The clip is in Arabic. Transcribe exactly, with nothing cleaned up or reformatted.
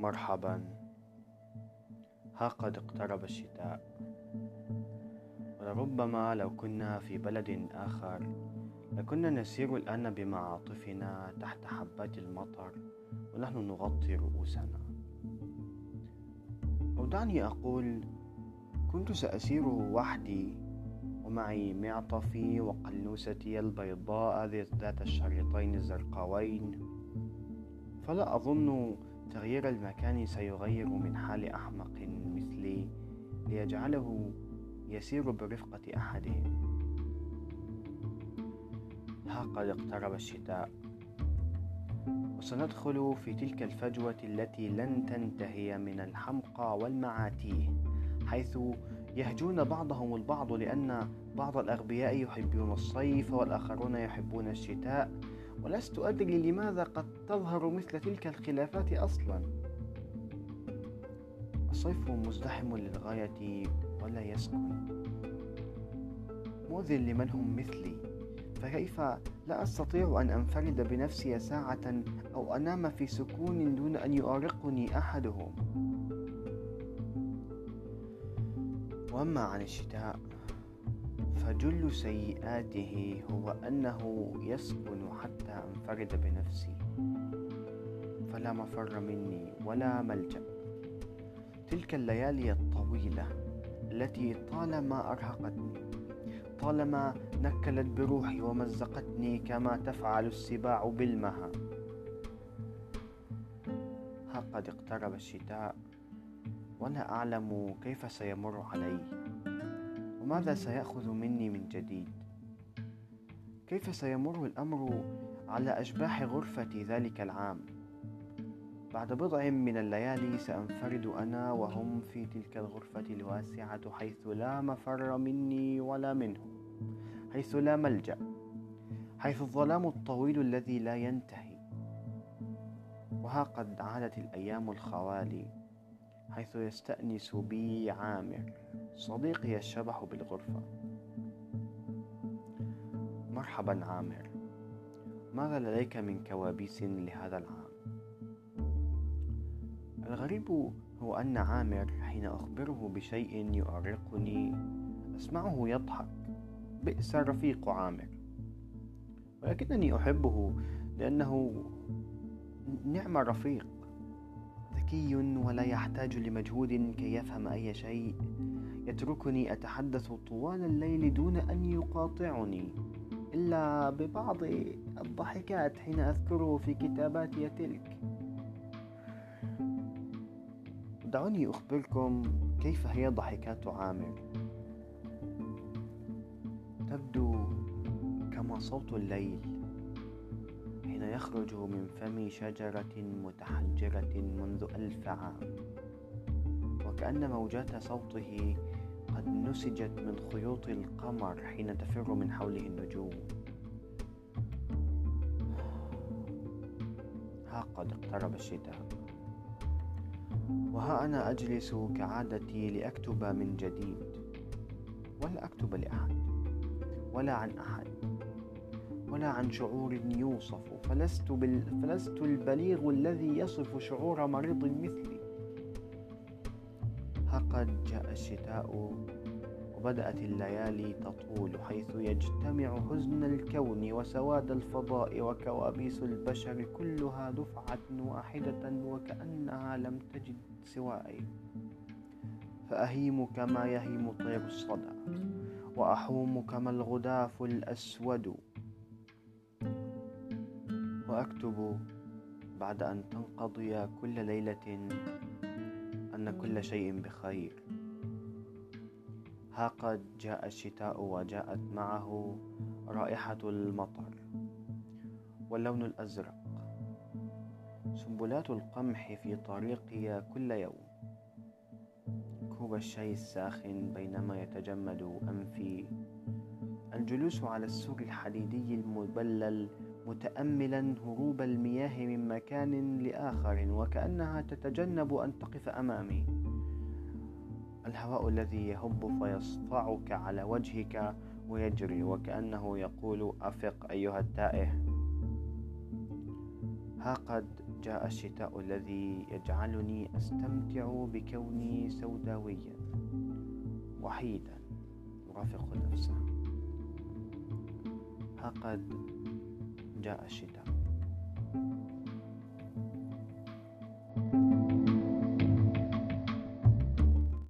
مرحبا. ها قد اقترب الشتاء، ولربما لو كنا في بلد آخر لكنا نسير الآن بمعاطفنا تحت حبات المطر ونحن نغطي رؤوسنا. أو دعني أقول، كنت سأسير وحدي ومعي معطفي وقلوستي البيضاء ذات الشريطين الزرقاوين، فلا أظن تغيير المكان سيغير من حال أحمق مثلي ليجعله يسير برفقة أحدهم. ها قد اقترب الشتاء، وسندخل في تلك الفجوة التي لن تنتهي من الحمقى والمعاتيه، حيث يهجون بعضهم البعض لأن بعض الأغبياء يحبون الصيف والآخرون يحبون الشتاء، ولست أدري لماذا قد تظهر مثل تلك الخلافات أصلا. الصيف مزدحم للغاية ولا يسكن، مؤذن لمن هم مثلي، فكيف لا أستطيع أن أنفرد بنفسي ساعة أو أنام في سكون دون أن يؤرقني أحدهم؟ وأما عن الشتاء فجل سيئاته هو أنه يسكن حتى أنفرد بنفسي، فلا مفر مني ولا ملجأ. تلك الليالي الطويلة التي طالما أرهقتني، طالما نكلت بروحي ومزقتني كما تفعل السباع بالمها. ها قد اقترب الشتاء، ولا أعلم كيف سيمر علي وماذا سيأخذ مني من جديد. كيف سيمر الأمر على أشباح غرفتي ذلك العام؟ بعد بضع من الليالي سأنفرد أنا وهم في تلك الغرفة الواسعة، حيث لا مفر مني ولا منهم، حيث لا ملجأ، حيث الظلام الطويل الذي لا ينتهي. وها قد عادت الأيام الخوالي، حيث يستأنس بي عامر صديقي الشبح بالغرفة. مرحبا عامر، ماذا لديك من كوابيس لهذا العام؟ الغريب هو أن عامر حين أخبره بشيء يؤرقني أسمعه يضحك. بئس الرفيق عامر، ولكنني أحبه لأنه نعم رفيق، ذكي ولا يحتاج لمجهود كي يفهم أي شيء، يتركني أتحدث طوال الليل دون أن يقاطعني إلا ببعض الضحكات حين أذكره في كتاباتي تلك. دعوني أخبركم كيف هي ضحكات عامر. تبدو كما صوت الليل حين يخرج من فم شجرة متحجرة منذ ألف عام، وكأن موجات صوته قد نسجت من خيوط القمر حين تفر من حوله النجوم. ها قد اقترب الشتاء، وها أنا أجلس كعادتي لأكتب من جديد، ولا أكتب لأحد ولا عن أحد ولا عن شعور يوصف، فلست, بال... فلست البليغ الذي يصف شعور مريض مثلي. ها قد جاء الشتاء وبدأت الليالي تطول، حيث يجتمع حزن الكون وسواد الفضاء وكوابيس البشر كلها دفعة واحدة وكأنها لم تجد سواي، فأهيم كما يهيم طير الصدى وأحوم كما الغداف الأسود، وأكتب بعد أن تنقضي كل ليلة أن كل شيء بخير. ها قد جاء الشتاء وجاءت معه رائحة المطر واللون الأزرق، سنبلات القمح في طريقي كل يوم، كوب الشاي الساخن بينما يتجمد أنفي، الجلوس على السور الحديدي المبلل متأملا هروب المياه من مكان لآخر وكأنها تتجنب أن تقف أمامي، الهواء الذي يهب فيصفعك على وجهك ويجري وكأنه يقول أفق أيها التائه. ها قد جاء الشتاء الذي يجعلني أستمتع بكوني سوداويا وحيدا يرافق نفسه. ها قد جاء الشتاء.